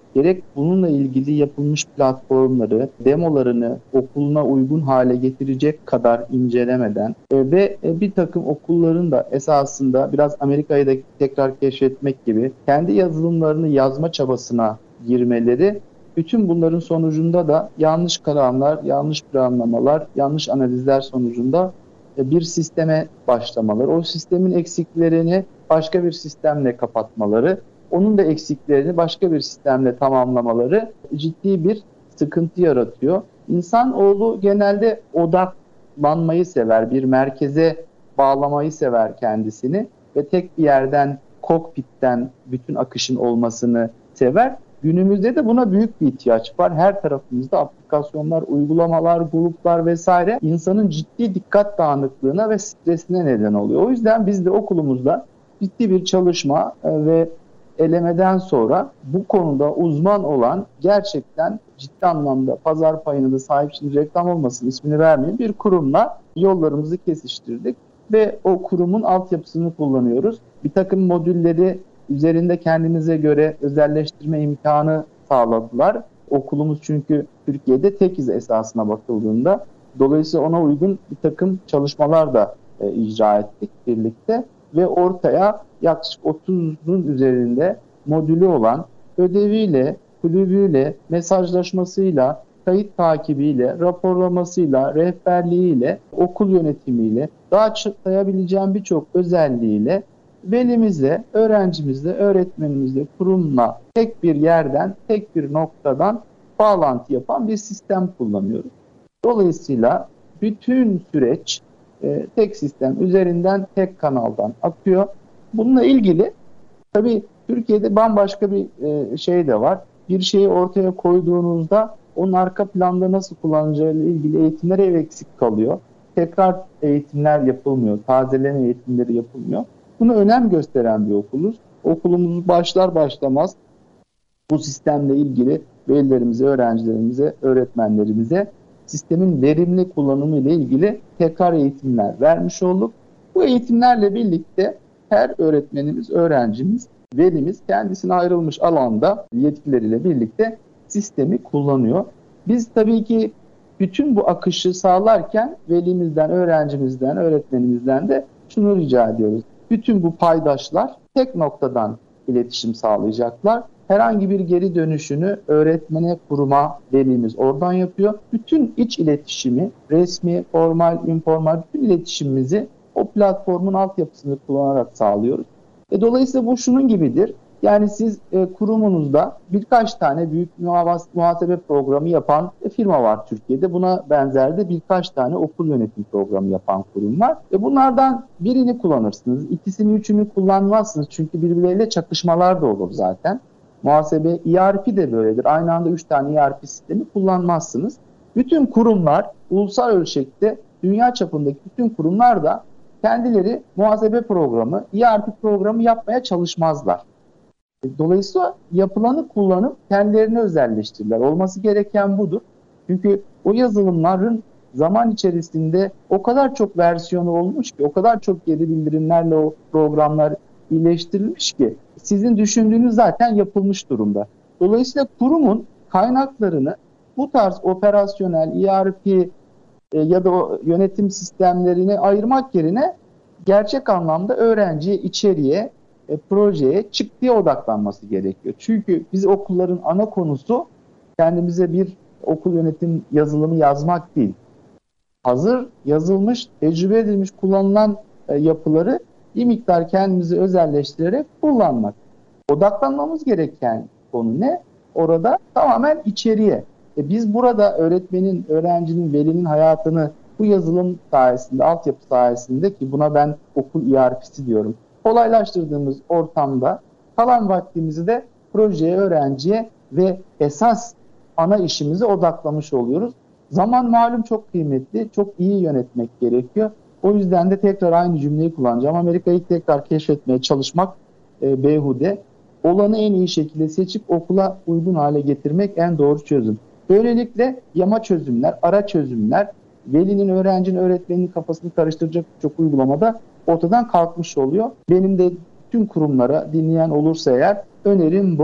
gerek bununla ilgili yapılmış platformları, demolarını okuluna uygun hale getirecek kadar incelemeden e, ve e, bir takım okulların da esasında biraz Amerika'yı da tekrar keşfetmek gibi kendi yazılımlarını yazma çabasına girmeleri, bütün bunların sonucunda da yanlış kararlar, yanlış planlamalar, yanlış analizler sonucunda e, bir sisteme başlamaları, o sistemin eksiklerini başka bir sistemle kapatmaları, onun da eksiklerini başka bir sistemle tamamlamaları ciddi bir sıkıntı yaratıyor. İnsanoğlu genelde odaklanmayı sever, bir merkeze bağlamayı sever kendisini ve tek bir yerden, kokpitten bütün akışın olmasını sever. Günümüzde de buna büyük bir ihtiyaç var. Her tarafımızda aplikasyonlar, uygulamalar, gruplar vesaire insanın ciddi dikkat dağınıklığına ve stresine neden oluyor. O yüzden biz de okulumuzda ciddi bir çalışma ve elemeden sonra bu konuda uzman olan, gerçekten ciddi anlamda pazar payına da sahip, şimdi reklam olmasın ismini vermeyeyim, bir kurumla yollarımızı kesiştirdik ve o kurumun altyapısını kullanıyoruz. Bir takım modülleri üzerinde kendimize göre özelleştirme imkanı sağladılar. Okulumuz çünkü Türkiye'de tekiz esasına bakıldığında. Dolayısıyla ona uygun bir takım çalışmalar da e, icra ettik birlikte ve ortaya yaklaşık otuzun üzerinde modülü olan, ödeviyle, kulübüyle, mesajlaşmasıyla, kayıt takibiyle, raporlamasıyla, rehberliğiyle, okul yönetimiyle, daha sayabileceğim birçok özelliğiyle velimizle, öğrencimizle, öğretmenimizle, kurumla tek bir yerden, tek bir noktadan bağlantı yapan bir sistem kullanıyoruz. Dolayısıyla bütün süreç e, tek sistem üzerinden, tek kanaldan akıyor. Bununla ilgili tabii Türkiye'de bambaşka bir e, şey de var. Bir şeyi ortaya koyduğunuzda onun arka planda nasıl kullanacağıyla ilgili eğitimler ev eksik kalıyor. Tekrar eğitimler yapılmıyor, tazeleme eğitimleri yapılmıyor. Buna önem gösteren bir okuluz. Okulumuz başlar başlamaz bu sistemle ilgili velilerimize, öğrencilerimize, öğretmenlerimize sistemin verimli kullanımı ile ilgili tekrar eğitimler vermiş olduk. Bu eğitimlerle birlikte her öğretmenimiz, öğrencimiz, velimiz kendisine ayrılmış alanda yetkileriyle birlikte sistemi kullanıyor. Biz tabii ki bütün bu akışı sağlarken velimizden, öğrencimizden, öğretmenimizden de şunu rica ediyoruz. Bütün bu paydaşlar tek noktadan iletişim sağlayacaklar. Herhangi bir geri dönüşünü öğretmene, kuruma, velimiz oradan yapıyor. Bütün iç iletişimi, resmi, formal, informal bütün iletişimimizi o platformun altyapısını kullanarak sağlıyoruz. E, dolayısıyla bu şunun gibidir. Yani siz e, kurumunuzda birkaç tane büyük muhasebe programı yapan e, firma var Türkiye'de. Buna benzer de birkaç tane okul yönetim programı yapan kurum var. E, bunlardan birini kullanırsınız. İkisini, üçünü kullanmazsınız. Çünkü birbirleriyle çakışmalar da olur zaten. Muhasebe, E R P de böyledir. Aynı anda üç tane E R P sistemi kullanmazsınız. Bütün kurumlar ulusal ölçekte, dünya çapındaki bütün kurumlar da kendileri muhasebe programı, E R P programı yapmaya çalışmazlar. Dolayısıyla yapılanı kullanıp kendilerini özelleştirirler. Olması gereken budur. Çünkü o yazılımların zaman içerisinde o kadar çok versiyonu olmuş ki, o kadar çok geri bildirimlerle o programlar iyileştirilmiş ki sizin düşündüğünüz zaten yapılmış durumda. Dolayısıyla kurumun kaynaklarını bu tarz operasyonel E R P e, ya da o yönetim sistemlerine ayırmak yerine gerçek anlamda öğrenciye, içeriye, e, projeye, çıktıya odaklanması gerekiyor. Çünkü biz okulların ana konusu kendimize bir okul yönetim yazılımı yazmak değil. Hazır yazılmış, tecrübe edilmiş, kullanılan e, yapıları bir miktar kendimizi özelleştirerek kullanmak. Odaklanmamız gereken konu ne? Orada tamamen içeriye. E biz burada öğretmenin, öğrencinin, velinin hayatını bu yazılım sayesinde, altyapı sayesinde, ki buna ben okul E R P'si diyorum, kolaylaştırdığımız ortamda kalan vaktimizi de projeye, öğrenciye ve esas ana işimize odaklamış oluyoruz. Zaman malum çok kıymetli, çok iyi yönetmek gerekiyor. O yüzden de tekrar aynı cümleyi kullanacağım. Amerika'yı tekrar keşfetmeye çalışmak e, beyhude. Olanı en iyi şekilde seçip okula uygun hale getirmek en doğru çözüm. Böylelikle yama çözümler, ara çözümler, velinin, öğrencinin, öğretmenin kafasını karıştıracak çok uygulamada ortadan kalkmış oluyor. Benim de tüm kurumlara, dinleyen olursa eğer önerim bu.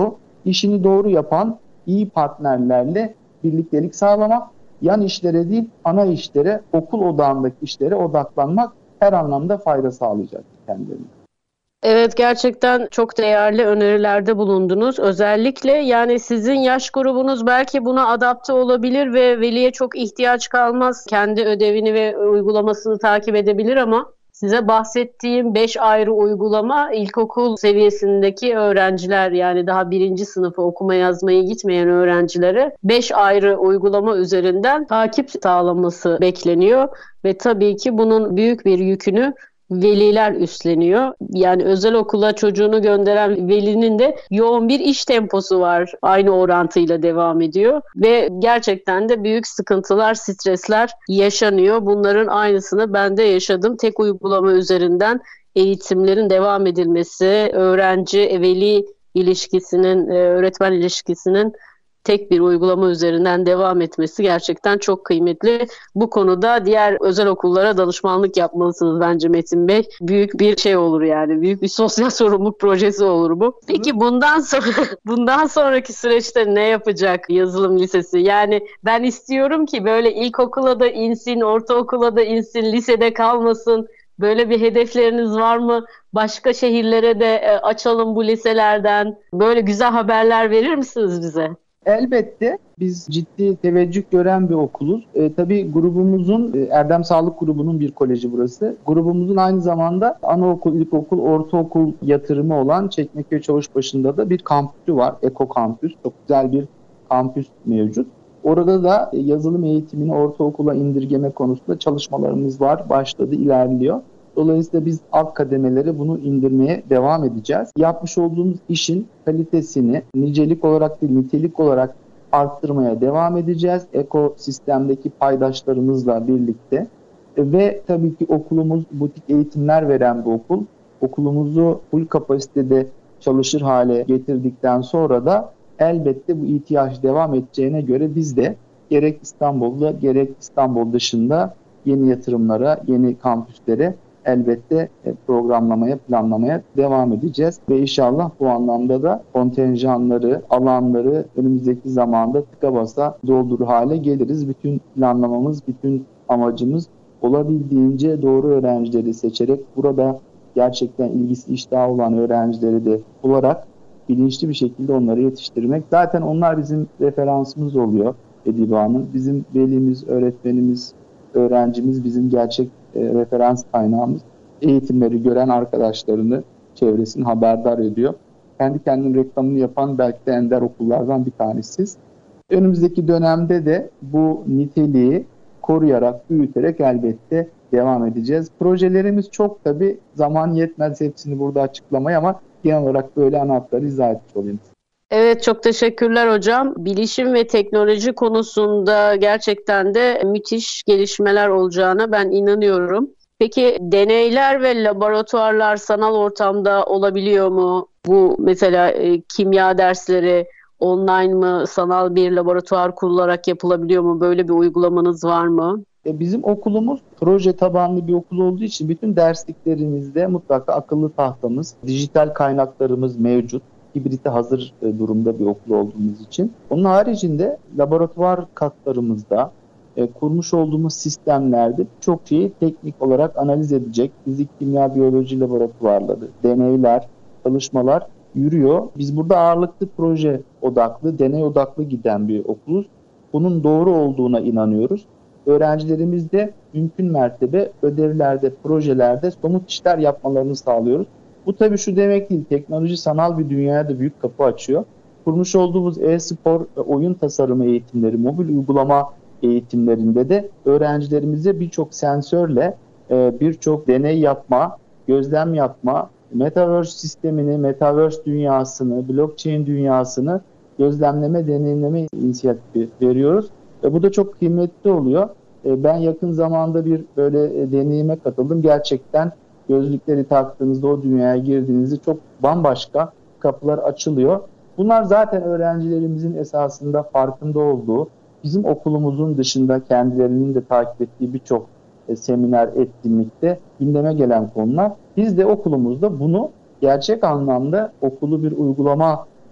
işini doğru yapan iyi partnerlerle birliktelik sağlamak, yan işlere değil ana işlere, okul odağındaki işlere odaklanmak her anlamda fayda sağlayacak kendilerine. Evet, gerçekten çok değerli önerilerde bulundunuz. Özellikle yani sizin yaş grubunuz belki buna adapte olabilir ve veliye çok ihtiyaç kalmaz. Kendi ödevini ve uygulamasını takip edebilir ama size bahsettiğim beş ayrı uygulama ilkokul seviyesindeki öğrenciler, yani daha birinci sınıfı okuma yazmayı gitmeyen öğrencilere beş ayrı uygulama üzerinden takip sağlaması bekleniyor. Ve tabii ki bunun büyük bir yükünü veliler üstleniyor. Yani özel okula çocuğunu gönderen velinin de yoğun bir iş temposu var. Aynı orantıyla devam ediyor. Ve gerçekten de büyük sıkıntılar, stresler yaşanıyor. Bunların aynısını ben de yaşadım. Tek uygulama üzerinden eğitimlerin devam edilmesi, öğrenci-veli ilişkisinin, öğretmen ilişkisinin tek bir uygulama üzerinden devam etmesi gerçekten çok kıymetli. Bu konuda diğer özel okullara danışmanlık yapmalısınız bence Metin Bey. Büyük bir şey olur yani. Büyük bir sosyal sorumluluk projesi olur bu. Peki bundan sonra bundan sonraki süreçte ne yapacak yazılım lisesi? Yani ben istiyorum ki böyle ilkokula da insin, ortaokula da insin, lisede kalmasın. Böyle bir hedefleriniz var mı? Başka şehirlere de açalım bu liselerden. Böyle güzel haberler verir misiniz bize? Elbette biz ciddi teveccüh gören bir okuluz. E, tabii grubumuzun, e, Erdem Sağlık Grubu'nun bir koleji burası. Grubumuzun aynı zamanda anaokul, ilkokul, ortaokul yatırımı olan Çekmeköy Çavuşbaşı'nda da bir kampüsü var. Eko Kampüs. Çok güzel bir kampüs mevcut. Orada da e, yazılım eğitimini ortaokula indirgeme konusunda çalışmalarımız var. Başladı, ilerliyor. Dolayısıyla biz alt kademeleri bunu indirmeye devam edeceğiz. Yapmış olduğumuz işin kalitesini nicelik olarak değil nitelik olarak arttırmaya devam edeceğiz. Ekosistemdeki paydaşlarımızla birlikte ve tabii ki okulumuz butik eğitimler veren bir okul. Okulumuzu full kapasitede çalışır hale getirdikten sonra da elbette bu ihtiyaç devam edeceğine göre biz de gerek İstanbul'da gerek İstanbul dışında yeni yatırımlara, yeni kampüslere elbette programlamaya, planlamaya devam edeceğiz. Ve inşallah bu anlamda da kontenjanları, alanları önümüzdeki zamanda tıka basa doldurur hale geliriz. Bütün planlamamız, bütün amacımız olabildiğince doğru öğrencileri seçerek burada gerçekten ilgisi, iştahı olan öğrencileri de bularak bilinçli bir şekilde onları yetiştirmek. Zaten onlar bizim referansımız oluyor Edibe Hanım. Bizim velimiz, öğretmenimiz, öğrencimiz bizim gerçek e, referans kaynağımız. Eğitimleri gören arkadaşlarını, çevresini haberdar ediyor. Kendi kendinin reklamını yapan belki de ender okullardan bir tanesiyiz. Önümüzdeki dönemde de bu niteliği koruyarak, büyüterek elbette devam edeceğiz. Projelerimiz çok, tabii zaman yetmez hepsini burada açıklamaya ama genel olarak böyle ana hatları izah etmiş olayım. Evet, çok teşekkürler hocam. Bilişim ve teknoloji konusunda gerçekten de müthiş gelişmeler olacağına ben inanıyorum. Peki deneyler ve laboratuvarlar sanal ortamda olabiliyor mu? Bu mesela e, kimya dersleri online mı, sanal bir laboratuvar kurularak yapılabiliyor mu? Böyle bir uygulamanız var mı? E, bizim okulumuz proje tabanlı bir okul olduğu için bütün dersliklerimizde mutlaka akıllı tahtamız, dijital kaynaklarımız mevcut. Hibrite hazır durumda bir okul olduğumuz için. Onun haricinde laboratuvar katlarımızda e, kurmuş olduğumuz sistemlerde çok şeyi teknik olarak analiz edecek fizik, kimya, biyoloji laboratuvarları, deneyler, çalışmalar yürüyor. Biz burada ağırlıklı proje odaklı, deney odaklı giden bir okuluz. Bunun doğru olduğuna inanıyoruz. Öğrencilerimiz de mümkün mertebe ödevlerde, projelerde somut işler yapmalarını sağlıyoruz. Bu tabii şu demek değil, teknoloji sanal bir dünyaya da büyük kapı açıyor. Kurmuş olduğumuz e-spor, oyun tasarımı eğitimleri, mobil uygulama eğitimlerinde de öğrencilerimize birçok sensörle birçok deney yapma, gözlem yapma, metaverse sistemini, metaverse dünyasını, blockchain dünyasını gözlemleme, deneyimleme inisiyatifi veriyoruz. Ve bu da çok kıymetli oluyor. Ben yakın zamanda bir böyle deneyime katıldım. Gerçekten gözlükleri taktığınızda o dünyaya girdiğinizde çok bambaşka kapılar açılıyor. Bunlar zaten öğrencilerimizin esasında farkında olduğu, bizim okulumuzun dışında kendilerinin de takip ettiği birçok e, seminer, etkinlikte gündeme gelen konular. Biz de okulumuzda bunu gerçek anlamda okulu bir uygulama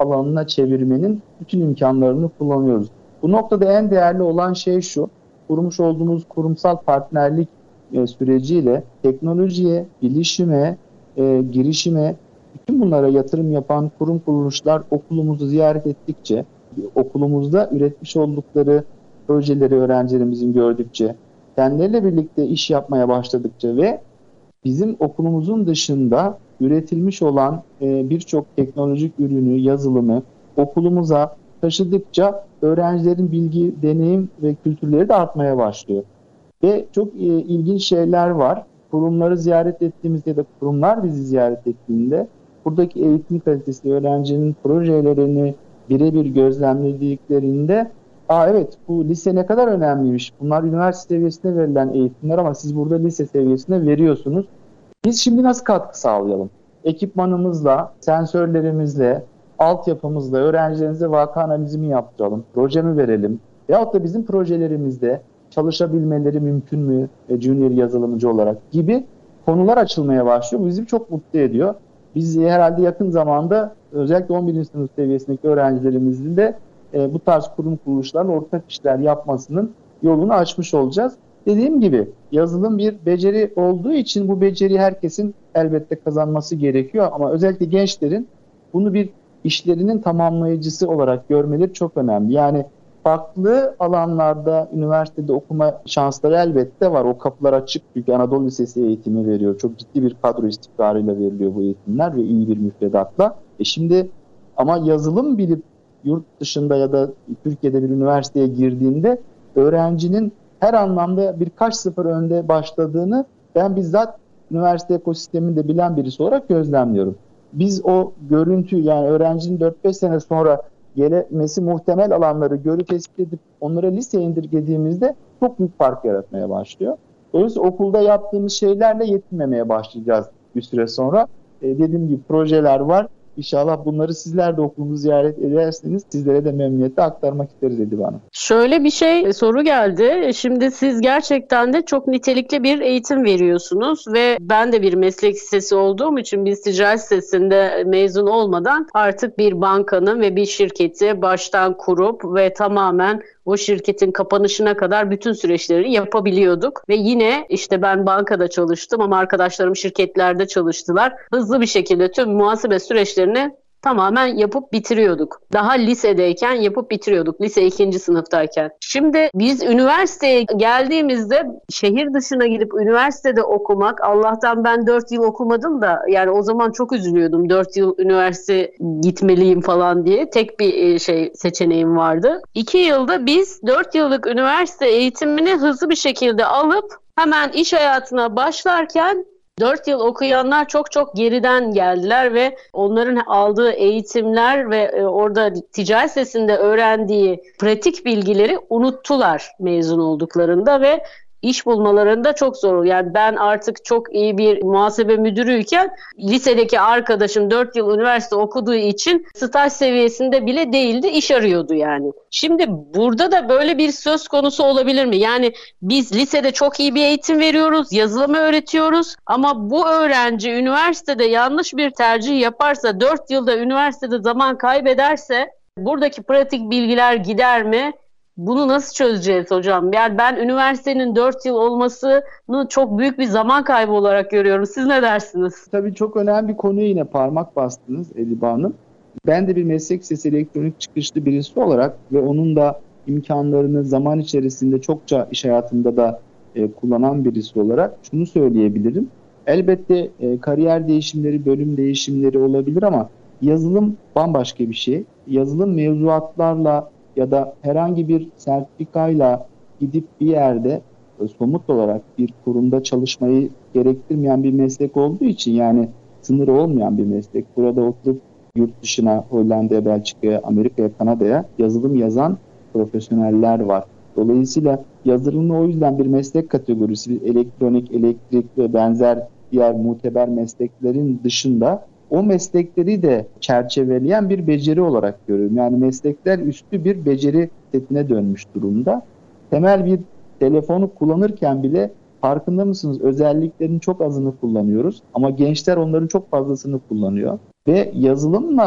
alanına çevirmenin bütün imkanlarını kullanıyoruz. Bu noktada en değerli olan şey şu, kurmuş olduğumuz kurumsal partnerlik e, süreciyle teknolojiye, bilişime, e, girişime, bütün bunlara yatırım yapan kurum kuruluşlar okulumuzu ziyaret ettikçe, okulumuzda üretmiş oldukları projeleri öğrencilerimizin gördükçe, kendileriyle birlikte iş yapmaya başladıkça ve bizim okulumuzun dışında üretilmiş olan e, birçok teknolojik ürünü, yazılımı okulumuza taşıdıkça öğrencilerin bilgi, deneyim ve kültürleri de artmaya başlıyor. Ve çok e, ilginç şeyler var. Kurumları ziyaret ettiğimizde ya da kurumlar bizi ziyaret ettiğinde buradaki eğitim kalitesi, öğrencinin projelerini birebir gözlemlediklerinde aa evet bu lise ne kadar önemliymiş. Bunlar üniversite seviyesinde verilen eğitimler ama siz burada lise seviyesinde veriyorsunuz. Biz şimdi nasıl katkı sağlayalım? Ekipmanımızla, sensörlerimizle, altyapımızla öğrencilerimize vaka analizi mi yaptıralım, proje mi verelim? Veyahut da bizim projelerimizde çalışabilmeleri mümkün mü junior yazılımcı olarak gibi konular açılmaya başlıyor. Bu bizi çok mutlu ediyor. Biz herhalde yakın zamanda özellikle on birinci sınıf seviyesindeki öğrencilerimizin de e, bu tarz kurum kuruluşlarla ortak işler yapmasının yolunu açmış olacağız. Dediğim gibi yazılım bir beceri olduğu için bu beceriyi herkesin elbette kazanması gerekiyor. Ama özellikle gençlerin bunu bir işlerinin tamamlayıcısı olarak görmeleri çok önemli. Yani farklı alanlarda üniversitede okuma şansları elbette var. O kapılar açık çünkü Anadolu Lisesi eğitimi veriyor. Çok ciddi bir kadro istikrarıyla veriliyor bu eğitimler ve iyi bir müfredatla. E şimdi ama yazılım bilip yurt dışında ya da Türkiye'de bir üniversiteye girdiğinde öğrencinin her anlamda birkaç sıfır önde başladığını ben bizzat üniversite ekosistemini de bilen birisi olarak gözlemliyorum. Biz o görüntü yani öğrencinin dört beş sene sonra gelmesi muhtemel alanları görüp tespit edip onlara liseye indirgediğimizde çok büyük fark yaratmaya başlıyor. Dolayısıyla okulda yaptığımız şeylerle yetinmemeye başlayacağız bir süre sonra. E, dediğim gibi projeler var. İnşallah bunları sizler de okulumuzu ziyaret ederseniz sizlere de memnuniyetle aktarmak isteriz Edibe Hanım. Şöyle bir şey soru geldi. Şimdi siz gerçekten de çok nitelikli bir eğitim veriyorsunuz ve ben de bir meslek lisesi olduğum için biz ticaret sitesinde mezun olmadan artık bir bankanın ve bir şirketi baştan kurup ve tamamen o şirketin kapanışına kadar bütün süreçleri yapabiliyorduk. Ve yine işte ben bankada çalıştım ama arkadaşlarım şirketlerde çalıştılar. Hızlı bir şekilde tüm muhasebe süreçlerini tamamen yapıp bitiriyorduk. Daha lisedeyken yapıp bitiriyorduk. Lise ikinci sınıftayken. Şimdi biz üniversiteye geldiğimizde şehir dışına gidip üniversitede okumak, Allah'tan ben dört yıl okumadım da yani o zaman çok üzülüyordum. dört yıl üniversite gitmeliyim falan diye. Tek bir şey seçeneğim vardı. iki yılda biz dört yıllık üniversite eğitimini hızlı bir şekilde alıp hemen iş hayatına başlarken dört yıl okuyanlar çok çok geriden geldiler ve onların aldığı eğitimler ve orada ticaret sitesinde öğrendiği pratik bilgileri unuttular mezun olduklarında ve iş bulmalarında çok zor oluyor. Yani ben artık çok iyi bir muhasebe müdürüyken lisedeki arkadaşım dört yıl üniversite okuduğu için staj seviyesinde bile değildi, iş arıyordu yani. Şimdi burada da böyle bir söz konusu olabilir mi? Yani biz lisede çok iyi bir eğitim veriyoruz, yazılımı öğretiyoruz ama bu öğrenci üniversitede yanlış bir tercih yaparsa, dört yılda üniversitede zaman kaybederse buradaki pratik bilgiler gider mi? Bunu nasıl çözeceğiz hocam? Yani ben üniversitenin dört yıl olmasını çok büyük bir zaman kaybı olarak görüyorum. Siz ne dersiniz? Tabii çok önemli bir konuya yine parmak bastınız Edibe Hanım. Ben de bir meslek lisesi elektronik çıkışlı birisi olarak ve onun da imkanlarını zaman içerisinde çokça iş hayatında da e, kullanan birisi olarak şunu söyleyebilirim. Elbette e, kariyer değişimleri, bölüm değişimleri olabilir ama yazılım bambaşka bir şey. Yazılım mevzuatlarla ya da herhangi bir sertifikayla gidip bir yerde e, somut olarak bir kurumda çalışmayı gerektirmeyen bir meslek olduğu için yani sınırı olmayan bir meslek. Burada oturup yurt dışına, Hollanda'ya, Belçika'ya, Amerika'ya, Kanada'ya yazılım yazan profesyoneller var. Dolayısıyla yazılımı o yüzden bir meslek kategorisi, elektronik, elektrik ve benzer diğer muteber mesleklerin dışında o meslekleri de çerçeveleyen bir beceri olarak görüyorum. Yani meslekler üstü bir beceri setine dönmüş durumda. Temel bir telefonu kullanırken bile farkında mısınız? Özelliklerin çok azını kullanıyoruz ama gençler onların çok fazlasını kullanıyor. Ve yazılımla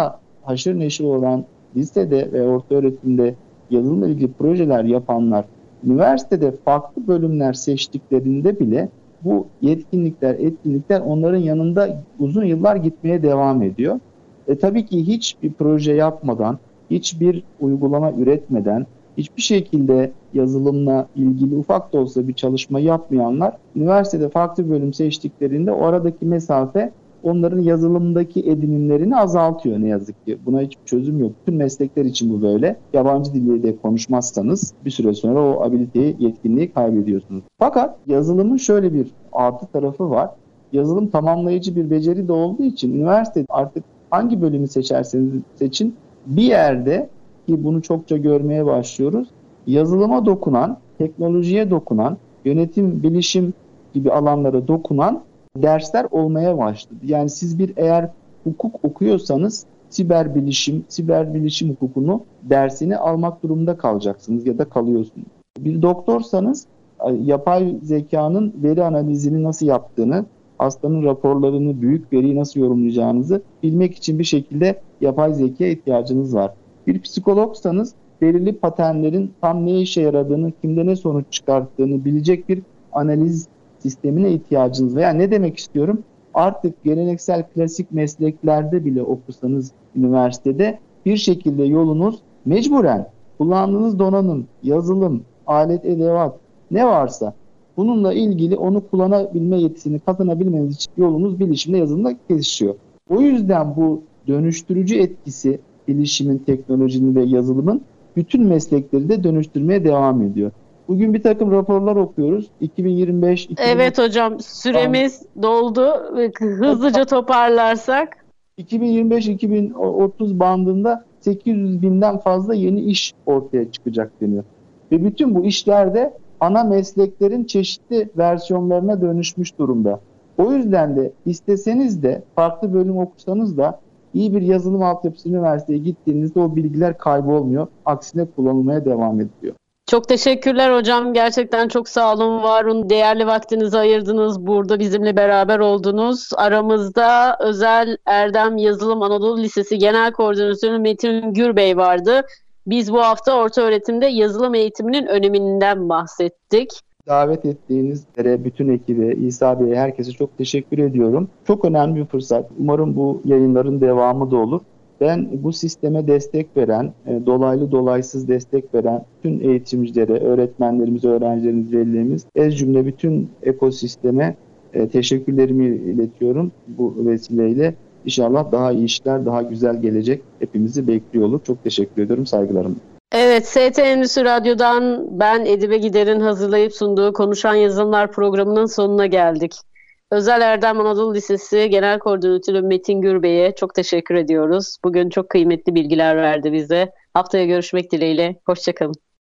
haşır neşir olan lisede ve orta öğretimde yazılımla ilgili projeler yapanlar üniversitede farklı bölümler seçtiklerinde bile bu yetkinlikler, etkinlikler onların yanında uzun yıllar gitmeye devam ediyor. E tabii ki hiçbir proje yapmadan, hiçbir uygulama üretmeden, hiçbir şekilde yazılımla ilgili ufak da olsa bir çalışma yapmayanlar üniversitede farklı bir bölüm seçtiklerinde o aradaki mesafe onların yazılımdaki edinimlerini azaltıyor ne yazık ki. Buna hiçbir çözüm yok. Tüm meslekler için bu böyle. Yabancı dili de konuşmazsanız bir süre sonra o abiliteyi, yetkinliği kaybediyorsunuz. Fakat yazılımın şöyle bir artı tarafı var. Yazılım tamamlayıcı bir beceri de olduğu için üniversitede artık hangi bölümü seçerseniz seçin bir yerde, ki bunu çokça görmeye başlıyoruz, yazılıma dokunan, teknolojiye dokunan, yönetim, bilişim gibi alanlara dokunan dersler olmaya başladı. Yani siz bir eğer hukuk okuyorsanız siber bilişim, siber bilişim hukukunu dersini almak durumunda kalacaksınız ya da kalıyorsunuz. Bir doktorsanız yapay zekanın veri analizini nasıl yaptığını, hastanın raporlarını, büyük veriyi nasıl yorumlayacağınızı bilmek için bir şekilde yapay zekaya ihtiyacınız var. Bir psikologsanız belirli paternlerin tam ne işe yaradığını, kimde ne sonuç çıkarttığını bilecek bir analiz sistemine ihtiyacınız var. Yani ne demek istiyorum? Artık geleneksel klasik mesleklerde bile okusanız üniversitede bir şekilde yolunuz mecburen kullandığınız donanım, yazılım, alet, edevat ne varsa bununla ilgili onu kullanabilme yetisini kazanabilmeniz için yolunuz bilişimle, yazılımla kesişiyor. O yüzden bu dönüştürücü etkisi bilişimin, teknolojinin ve yazılımın bütün meslekleri de dönüştürmeye devam ediyor. Bugün bir takım raporlar okuyoruz. iki bin yirmi beş iki bin Evet hocam, süremiz An- doldu. Hızlıca toparlarsak. iki bin yirmi beş iki bin otuz bandında sekiz yüz binden fazla yeni iş ortaya çıkacak deniyor. Ve bütün bu işlerde ana mesleklerin çeşitli versiyonlarına dönüşmüş durumda. O yüzden de isteseniz de farklı bölüm okusanız da iyi bir yazılım altyapısı üniversiteye gittiğinizde o bilgiler kaybolmuyor. Aksine kullanılmaya devam ediyor. Çok teşekkürler hocam. Gerçekten çok sağ olun, var olun. Değerli vaktinizi ayırdınız. Burada bizimle beraber oldunuz. Aramızda Özel Erdem Yazılım Anadolu Lisesi Genel Koordinatörü Metin Gürbey vardı. Biz bu hafta orta öğretimde yazılım eğitiminin öneminden bahsettik. Davet ettiğinizlere, bütün ekibe, İsa Bey'e, herkese çok teşekkür ediyorum. Çok önemli bir fırsat. Umarım bu yayınların devamı da olur. Ben bu sisteme destek veren, dolaylı dolaysız destek veren bütün eğitimcilere, öğretmenlerimiz, öğrencilerimiz, velilerimiz, ez cümle bütün ekosisteme teşekkürlerimi iletiyorum bu vesileyle. İnşallah daha iyi işler, daha güzel gelecek hepimizi bekliyor olur. Çok teşekkür ediyorum, saygılarım. Evet, S T Endüstri Radyo'dan ben Edibe Gider'in hazırlayıp sunduğu Konuşan Yazılımlar programının sonuna geldik. Özel Erdem Anadolu Lisesi Genel Koordinatörü Metin Gürbey'e çok teşekkür ediyoruz. Bugün çok kıymetli bilgiler verdi bize. Haftaya görüşmek dileğiyle. Hoşça kalın.